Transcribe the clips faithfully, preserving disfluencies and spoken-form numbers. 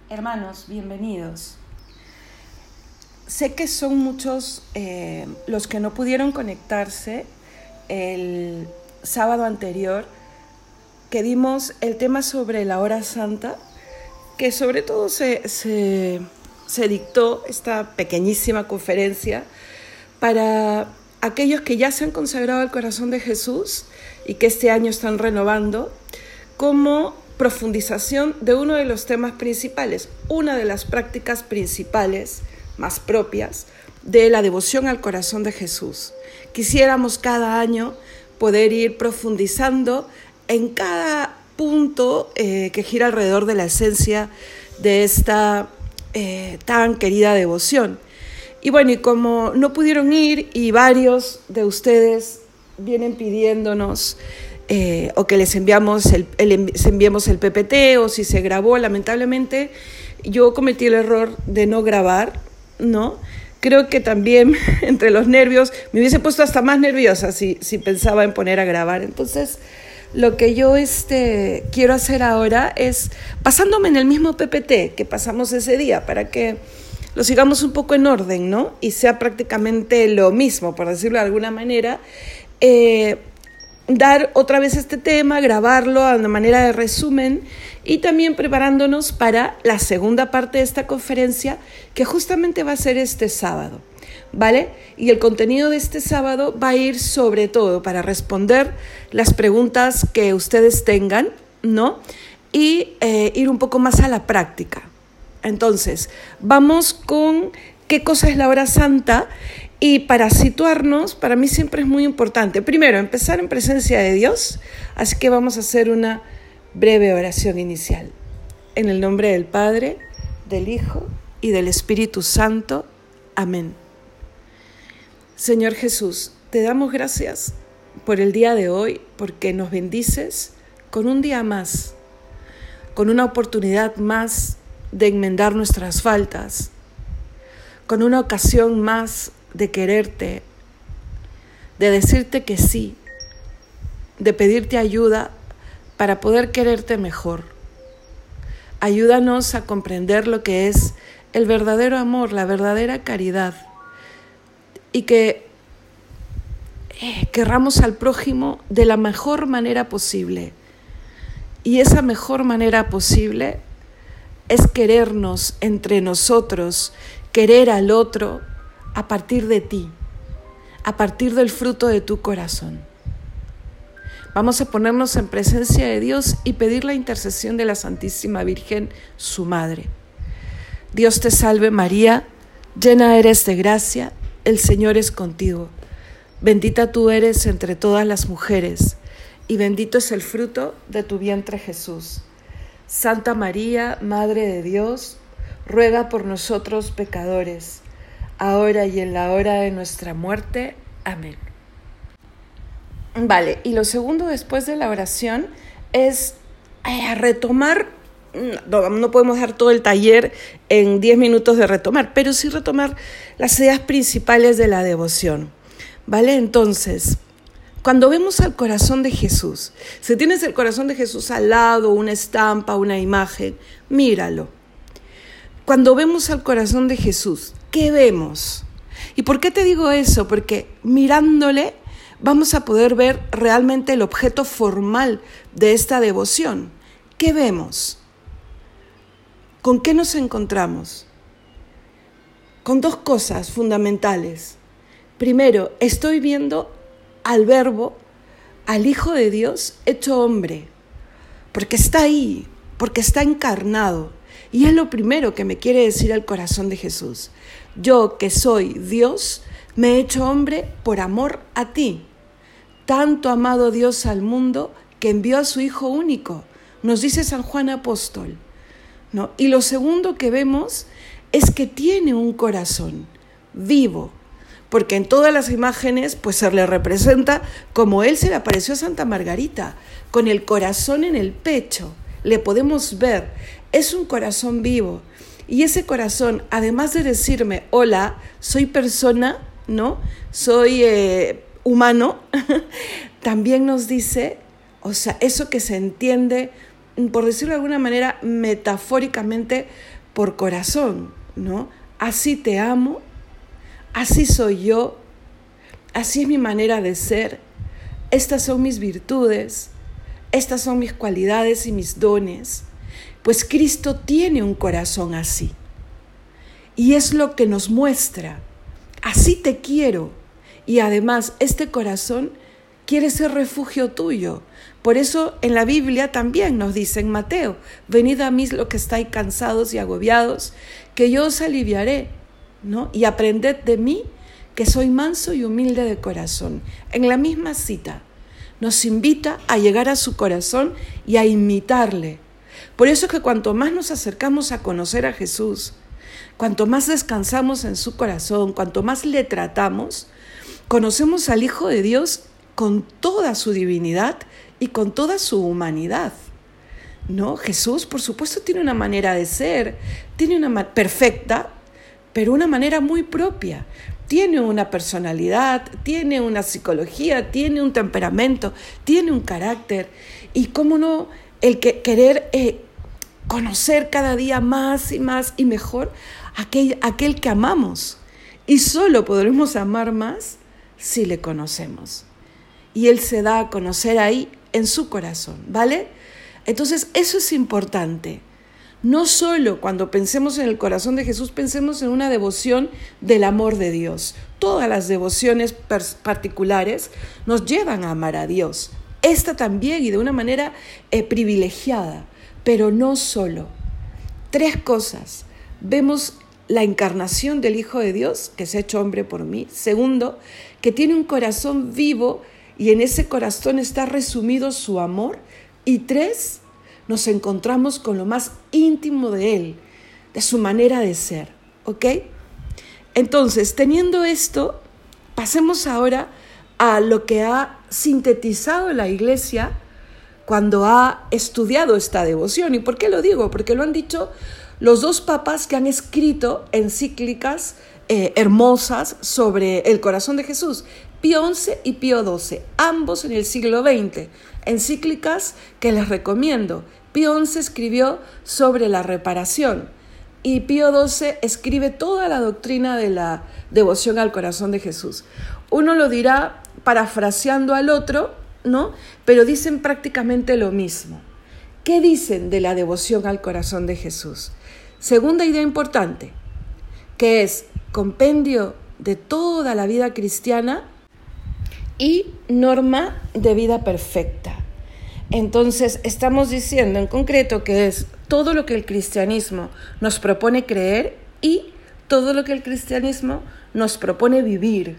Hermanos, bienvenidos. Sé que son muchos eh, los que no pudieron conectarse el sábado anterior, que dimos el tema sobre la hora santa, que sobre todo se, se, se dictó esta pequeñísima conferencia para aquellos que ya se han consagrado al corazón de Jesús y que este año están renovando, como profundización de uno de los temas principales, una de las prácticas principales más propias de la devoción al corazón de Jesús. Quisiéramos cada año poder ir profundizando en cada punto eh, que gira alrededor de la esencia de esta eh, tan querida devoción. Y bueno, y como no pudieron ir y varios de ustedes vienen pidiéndonos eh, o que les enviamos el, el, les enviemos el P P T o si se grabó, lamentablemente yo cometí el error de no grabar, ¿no? Creo que también entre los nervios me hubiese puesto hasta más nerviosa si, si pensaba en poner a grabar. Entonces, lo que yo este, quiero hacer ahora es, basándome en el mismo P P T que pasamos ese día, para que lo sigamos un poco en orden, ¿no? Y sea prácticamente lo mismo, por decirlo de alguna manera, eh, dar otra vez este tema, grabarlo a una manera de resumen y también preparándonos para la segunda parte de esta conferencia, que justamente va a ser este sábado, ¿vale? Y el contenido de este sábado va a ir sobre todo para responder las preguntas que ustedes tengan, ¿no? Y eh, ir un poco más a la práctica. Entonces, vamos con qué cosa es la hora santa. Y para situarnos, para mí siempre es muy importante, primero, empezar en presencia de Dios, así que vamos a hacer una breve oración inicial. En el nombre del Padre, del Hijo y del Espíritu Santo. Amén. Señor Jesús, te damos gracias por el día de hoy, porque nos bendices con un día más, con una oportunidad más de enmendar nuestras faltas, con una ocasión más de quererte, de decirte que sí, de pedirte ayuda para poder quererte mejor. Ayúdanos a comprender lo que es el verdadero amor, la verdadera caridad, y que eh, querramos al prójimo de la mejor manera posible. Y esa mejor manera posible es querernos entre nosotros, querer al otro a partir de ti, a partir del fruto de tu corazón. Vamos a ponernos en presencia de Dios y pedir la intercesión de la Santísima Virgen, su Madre. Dios te salve María, llena eres de gracia, el Señor es contigo. Bendita tú eres entre todas las mujeres, y bendito es el fruto de tu vientre Jesús. Santa María, Madre de Dios, ruega por nosotros pecadores, ahora y en la hora de nuestra muerte. Amén. Vale, y lo segundo después de la oración es eh, retomar, no, no podemos dar todo el taller en diez minutos de retomar, pero sí retomar las ideas principales de la devoción, ¿vale? Entonces, cuando vemos al corazón de Jesús, si tienes el corazón de Jesús al lado, una estampa, una imagen, míralo. Cuando vemos al corazón de Jesús, ¿qué vemos? ¿Y por qué te digo eso? Porque mirándole vamos a poder ver realmente el objeto formal de esta devoción. ¿Qué vemos? ¿Con qué nos encontramos? Con dos cosas fundamentales. Primero, estoy viendo al Verbo, al Hijo de Dios hecho hombre, porque está ahí, porque está encarnado. Y es lo primero que me quiere decir el corazón de Jesús. Yo, que soy Dios, me he hecho hombre por amor a ti. Tanto ha amado Dios al mundo que envió a su Hijo único, nos dice San Juan Apóstol, ¿no? Y lo segundo que vemos es que tiene un corazón vivo, porque en todas las imágenes pues se le representa como él se le apareció a Santa Margarita, con el corazón en el pecho. Le podemos ver, es un corazón vivo. Y ese corazón, además de decirme, hola, soy persona, ¿no? Soy eh, humano, también nos dice, o sea, eso que se entiende por decirlo de alguna manera, metafóricamente por corazón, ¿no? Así te amo, así soy yo, así es mi manera de ser, estas son mis virtudes, estas son mis cualidades y mis dones. Pues Cristo tiene un corazón así. Y es lo que nos muestra. Así te quiero. Y además, este corazón quiere ser refugio tuyo. Por eso en la Biblia también nos dice en Mateo: venid a mí los que estáis cansados y agobiados, que yo os aliviaré, ¿no? Y aprended de mí, que soy manso y humilde de corazón. En la misma cita nos invita a llegar a su corazón y a imitarle. Por eso es que cuanto más nos acercamos a conocer a Jesús, cuanto más descansamos en su corazón, cuanto más le tratamos, conocemos al Hijo de Dios con toda su divinidad y con toda su humanidad, ¿no? Jesús, por supuesto, tiene una manera de ser, tiene una ma- perfecta, pero una manera muy propia. Tiene una personalidad, tiene una psicología, tiene un temperamento, tiene un carácter. Y cómo no, el que querer eh, conocer cada día más y más y mejor aquel, aquel que amamos. Y solo podremos amar más si le conocemos. Y Él se da a conocer ahí en su corazón, ¿vale? Entonces eso es importante. No solo cuando pensemos en el corazón de Jesús, pensemos en una devoción del amor de Dios. Todas las devociones particulares nos llevan a amar a Dios. Esta también, y de una manera eh, privilegiada, pero no solo. Tres cosas. Vemos la encarnación del Hijo de Dios, que se ha hecho hombre por mí. Segundo, que tiene un corazón vivo y en ese corazón está resumido su amor. Y tres, nos encontramos con lo más íntimo de Él, de su manera de ser, ¿ok? Entonces, teniendo esto, pasemos ahora a lo que ha sintetizado la Iglesia cuando ha estudiado esta devoción. ¿Y por qué lo digo? Porque lo han dicho los dos papas que han escrito encíclicas eh, hermosas sobre el corazón de Jesús, Pío once y Pío doce, ambos en el siglo veinte, encíclicas que les recomiendo. Pío once escribió sobre la reparación y Pío doce escribe toda la doctrina de la devoción al corazón de Jesús. Uno lo dirá parafraseando al otro, ¿no? Pero dicen prácticamente lo mismo. ¿Qué dicen de la devoción al corazón de Jesús? Segunda idea importante, que es compendio de toda la vida cristiana y norma de vida perfecta. Entonces, estamos diciendo en concreto que es todo lo que el cristianismo nos propone creer y todo lo que el cristianismo nos propone vivir.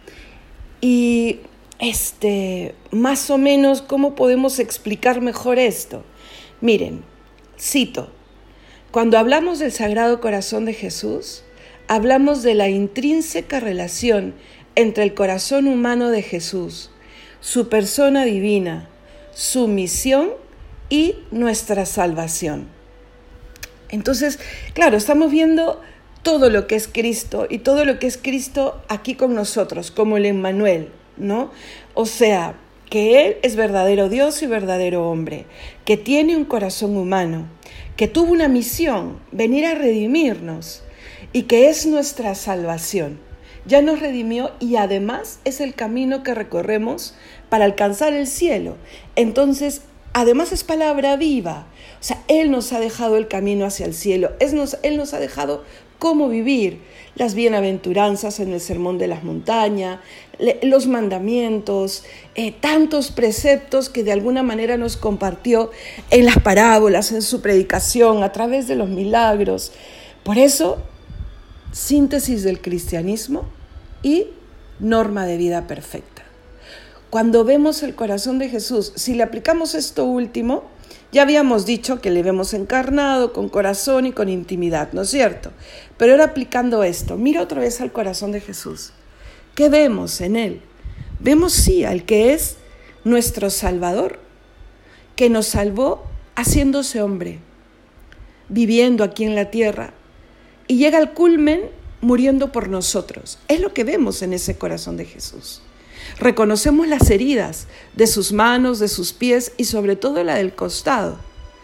Y este, más o menos, ¿cómo podemos explicar mejor esto? Miren, cito, cuando hablamos del Sagrado Corazón de Jesús, hablamos de la intrínseca relación entre el corazón humano de Jesús, su persona divina, su misión y nuestra salvación. Entonces, claro, estamos viendo todo lo que es Cristo y todo lo que es Cristo aquí con nosotros, como el Emmanuel, ¿no? O sea, que Él es verdadero Dios y verdadero hombre, que tiene un corazón humano, que tuvo una misión, venir a redimirnos, y que es nuestra salvación. Ya nos redimió y además es el camino que recorremos para alcanzar el cielo. Entonces, además es palabra viva. O sea, Él nos ha dejado el camino hacia el cielo. Él nos, Él nos ha dejado cómo vivir las bienaventuranzas en el Sermón de las Montañas, los mandamientos, eh, tantos preceptos que de alguna manera nos compartió en las parábolas, en su predicación, a través de los milagros. Por eso, síntesis del cristianismo y norma de vida perfecta. Cuando vemos el corazón de Jesús, si le aplicamos esto último, ya habíamos dicho que le vemos encarnado, con corazón y con intimidad, ¿no es cierto? Pero ahora aplicando esto, mira otra vez al corazón de Jesús. ¿Qué vemos en Él? Vemos sí al que es nuestro Salvador, que nos salvó haciéndose hombre, viviendo aquí en la tierra, y llega al culmen muriendo por nosotros. Es lo que vemos en ese corazón de Jesús. Reconocemos las heridas de sus manos, de sus pies y sobre todo la del costado.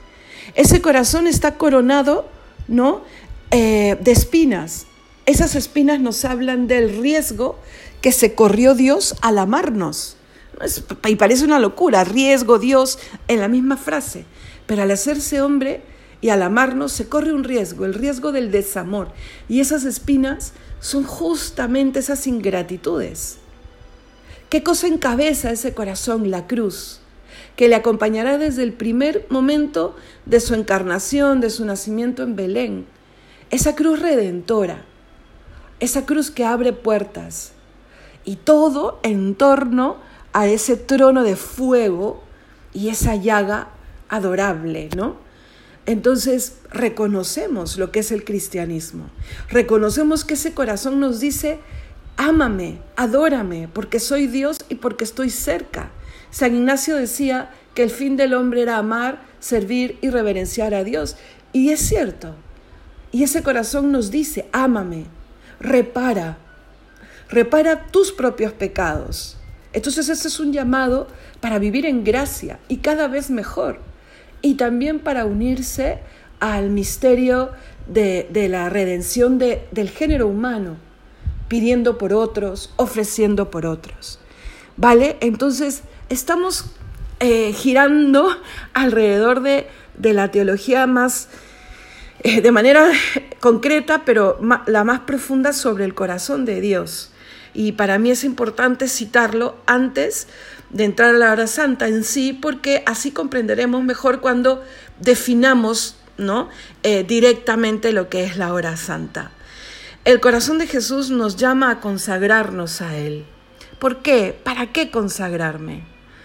Ese corazón está coronado, ¿no? Eh, de espinas. Esas espinas nos hablan del riesgo que se corrió Dios al amarnos. Y parece una locura, riesgo, Dios, en la misma frase. Pero al hacerse hombre y al amarnos se corre un riesgo, el riesgo del desamor. Y esas espinas son justamente esas ingratitudes. ¿Qué cosa encabeza ese corazón? La cruz, que le acompañará desde el primer momento de su encarnación, de su nacimiento en Belén. Esa cruz redentora, esa cruz que abre puertas. Y todo en torno a ese trono de fuego y esa llaga adorable, ¿no? Entonces reconocemos lo que es el cristianismo. Reconocemos que ese corazón nos dice: ámame, adórame, porque soy Dios y porque estoy cerca. San Ignacio decía que el fin del hombre era amar, servir y reverenciar a Dios. Y es cierto. Y ese corazón nos dice: ámame, repara, repara tus propios pecados. Entonces ese es un llamado para vivir en gracia y cada vez mejor. Y también para unirse al misterio de, de la redención de, del género humano, pidiendo por otros, ofreciendo por otros. ¿Vale? Entonces estamos eh, girando alrededor de, de la teología más, eh, de manera concreta, pero ma, la más profunda sobre el corazón de Dios. Y para mí es importante citarlo antes de entrar a la hora santa en sí, porque así comprenderemos mejor cuando definamos, ¿no? eh, directamente lo que es la hora santa. El corazón de Jesús nos llama a consagrarnos a Él. ¿Por qué? ¿Para qué consagrarme?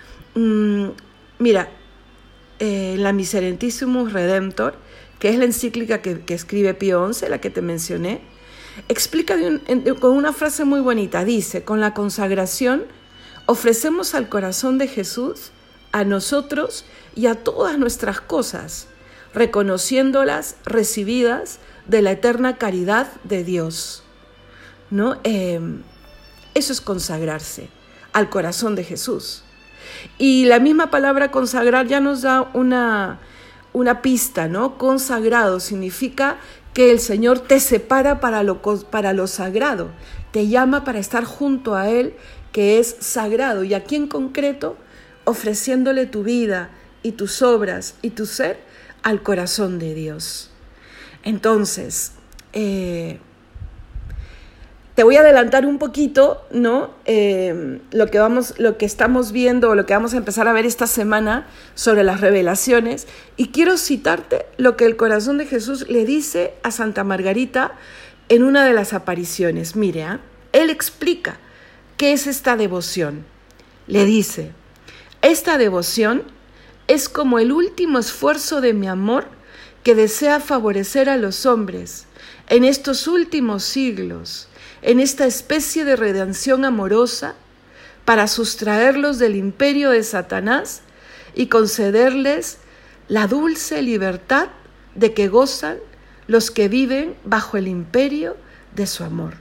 Mm, mira, eh, la Miserentissimus Redemptor, que es la encíclica que, que escribe Pío once, la que te mencioné, explica de un, en, con una frase muy bonita. Dice: con la consagración ofrecemos al corazón de Jesús, a nosotros y a todas nuestras cosas, reconociéndolas recibidas de la eterna caridad de Dios, ¿no? Eh, eso es consagrarse al corazón de Jesús. Y la misma palabra consagrar ya nos da una, una pista, ¿no? Consagrado significa que el Señor te separa para lo, para lo sagrado, te llama para estar junto a Él, que es sagrado, y aquí en concreto ofreciéndole tu vida y tus obras y tu ser al corazón de Dios. Entonces, eh, te voy a adelantar un poquito, ¿no? Eh, lo que vamos, lo que estamos viendo, o lo que vamos a empezar a ver esta semana sobre las revelaciones, y quiero citarte lo que el corazón de Jesús le dice a Santa Margarita en una de las apariciones. Mire, ¿eh? Él explica qué es esta devoción. Le dice: esta devoción es como el último esfuerzo de mi amor que desea favorecer a los hombres en estos últimos siglos, en esta especie de redención amorosa, para sustraerlos del imperio de Satanás y concederles la dulce libertad de que gozan los que viven bajo el imperio de su amor.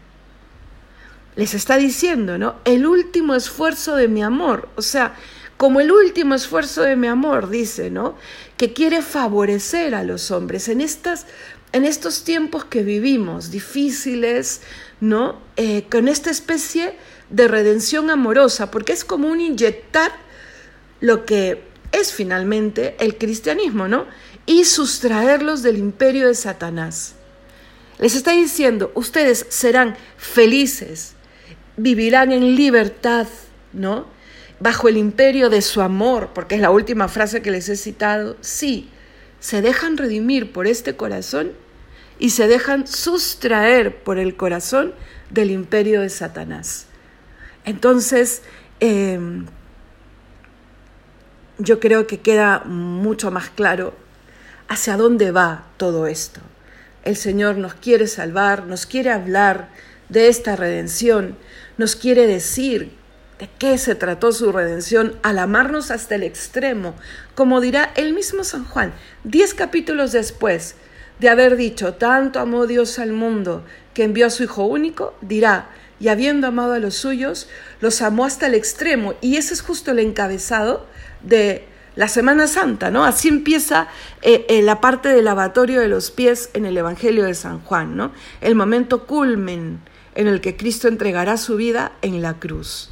Les está diciendo, ¿no? El último esfuerzo de mi amor, o sea, como el último esfuerzo de mi amor, dice, ¿no? Que quiere favorecer a los hombres en estas, en estos tiempos que vivimos, difíciles, ¿no? Eh, con esta especie de redención amorosa, porque es como un inyectar lo que es finalmente el cristianismo, ¿no? Y sustraerlos del imperio de Satanás. Les está diciendo: ustedes serán felices, vivirán en libertad, ¿no? Bajo el imperio de su amor, porque es la última frase que les he citado. Sí, se dejan redimir por este corazón y se dejan sustraer por el corazón del imperio de Satanás. Entonces, eh, yo creo que queda mucho más claro hacia dónde va todo esto. El Señor nos quiere salvar, nos quiere hablar de esta redención, nos quiere decir de qué se trató su redención al amarnos hasta el extremo, como dirá el mismo San Juan, diez capítulos después de haber dicho: tanto amó Dios al mundo que envió a su Hijo único, dirá: y habiendo amado a los suyos, los amó hasta el extremo. Y ese es justo el encabezado de la Semana Santa, ¿no? Así empieza eh, eh, la parte del lavatorio de los pies en el Evangelio de San Juan, ¿no? El momento culmen en el que Cristo entregará su vida en la cruz.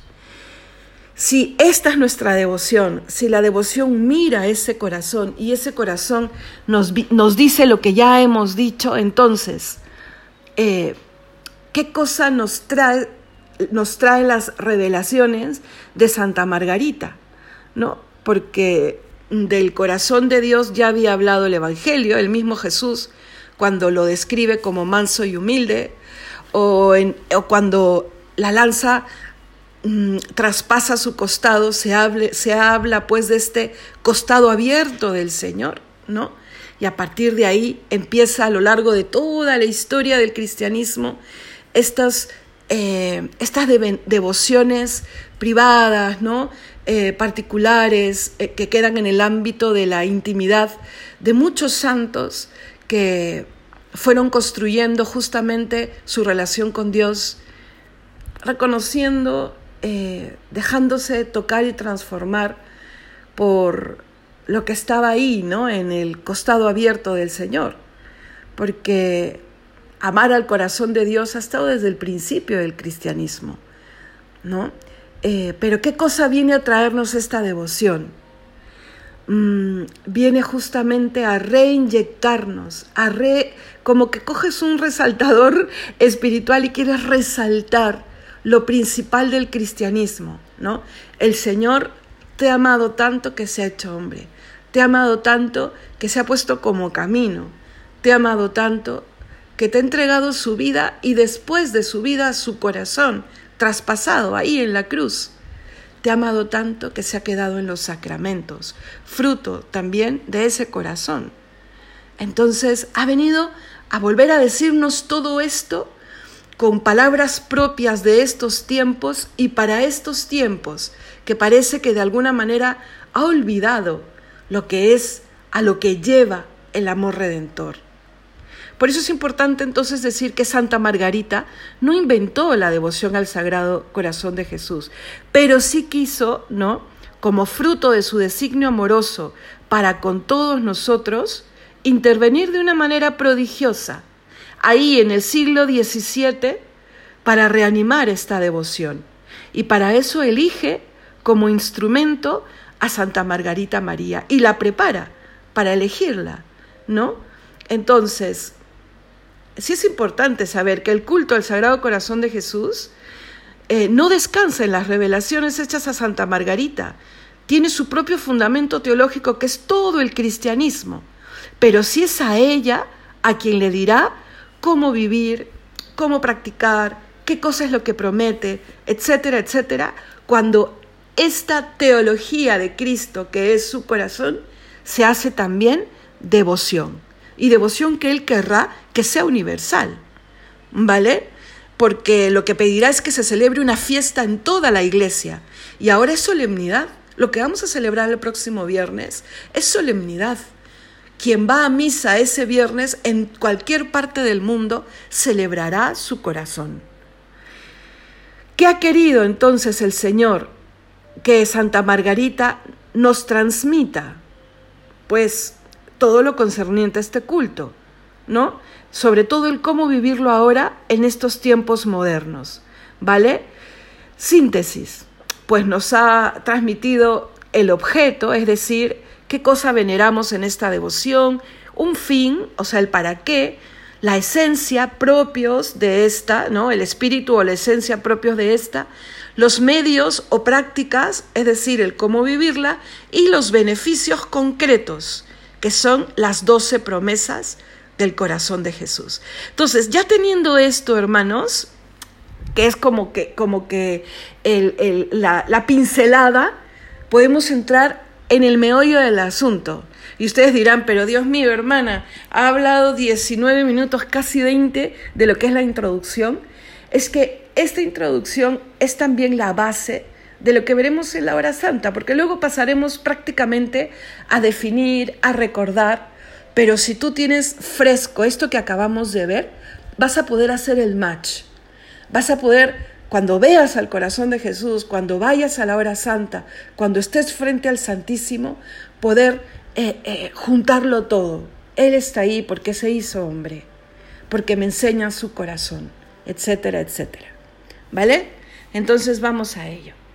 Si esta es nuestra devoción, si la devoción mira ese corazón y ese corazón nos, nos dice lo que ya hemos dicho, entonces, eh, ¿qué cosa nos trae, nos trae las revelaciones de Santa Margarita? ¿No? Porque del corazón de Dios ya había hablado el Evangelio, el mismo Jesús, cuando lo describe como manso y humilde, o, en, o cuando la lanza mmm, traspasa su costado, se, hable, se habla pues de este costado abierto del Señor, ¿no? Y a partir de ahí empieza a lo largo de toda la historia del cristianismo estas, eh, estas de, devociones privadas, ¿no? Eh, particulares, eh, que quedan en el ámbito de la intimidad de muchos santos que fueron construyendo justamente su relación con Dios, reconociendo, eh, dejándose tocar y transformar por lo que estaba ahí, ¿no? En el costado abierto del Señor, porque amar al corazón de Dios ha estado desde el principio del cristianismo, ¿no? Eh, pero ¿qué cosa viene a traernos esta devoción? Mm, viene justamente a reinyectarnos, a re, como que coges un resaltador espiritual y quieres resaltar lo principal del cristianismo, ¿no? El Señor te ha amado tanto que se ha hecho hombre, te ha amado tanto que se ha puesto como camino, te ha amado tanto que te ha entregado su vida y después de su vida su corazón, traspasado ahí en la cruz. Te ha amado tanto que se ha quedado en los sacramentos, fruto también de ese corazón. Entonces ha venido a volver a decirnos todo esto con palabras propias de estos tiempos y para estos tiempos, que parece que de alguna manera ha olvidado lo que es, a lo que lleva el amor redentor. Por eso es importante entonces decir que Santa Margarita no inventó la devoción al Sagrado Corazón de Jesús, pero sí quiso, ¿no?, como fruto de su designio amoroso para con todos nosotros, intervenir de una manera prodigiosa, ahí en el siglo diecisiete, para reanimar esta devoción. Y para eso elige como instrumento a Santa Margarita María y la prepara para elegirla, ¿no? Entonces, sí es importante saber que el culto al Sagrado Corazón de Jesús eh, no descansa en las revelaciones hechas a Santa Margarita. Tiene su propio fundamento teológico, que es todo el cristianismo. Pero sí es a ella a quien le dirá cómo vivir, cómo practicar, qué cosa es lo que promete, etcétera, etcétera, cuando esta teología de Cristo, que es su corazón, se hace también devoción. Y devoción que Él querrá que sea universal, ¿vale? Porque lo que pedirá es que se celebre una fiesta en toda la iglesia. Y ahora es solemnidad. Lo que vamos a celebrar el próximo viernes es solemnidad. Quien va a misa ese viernes en cualquier parte del mundo celebrará su corazón. ¿Qué ha querido entonces el Señor? Que Santa Margarita nos transmita, pues, todo lo concerniente a este culto, ¿no? Sobre todo el cómo vivirlo ahora en estos tiempos modernos, ¿vale? Síntesis, pues nos ha transmitido el objeto, es decir, qué cosa veneramos en esta devoción, un fin, o sea, el para qué, la esencia propios de esta, ¿no? El espíritu o la esencia propios de esta, los medios o prácticas, es decir, el cómo vivirla, y los beneficios concretos, que son las doce promesas del corazón de Jesús. Entonces, ya teniendo esto, hermanos, que es como que, como que el, el, la, la pincelada, podemos entrar en el meollo del asunto. Y ustedes dirán, pero Dios mío, hermana, ha hablado diecinueve minutos, casi veinte, de lo que es la introducción. Es que esta introducción es también la base de lo que veremos en la hora santa, porque luego pasaremos prácticamente a definir, a recordar, pero si tú tienes fresco esto que acabamos de ver, vas a poder hacer el match, vas a poder cuando veas al corazón de Jesús, cuando vayas a la hora santa, cuando estés frente al Santísimo, poder eh, eh, juntarlo todo. Él está ahí porque se hizo hombre, porque me enseña su corazón, etcétera, etcétera. ¿Vale? Entonces vamos a ello.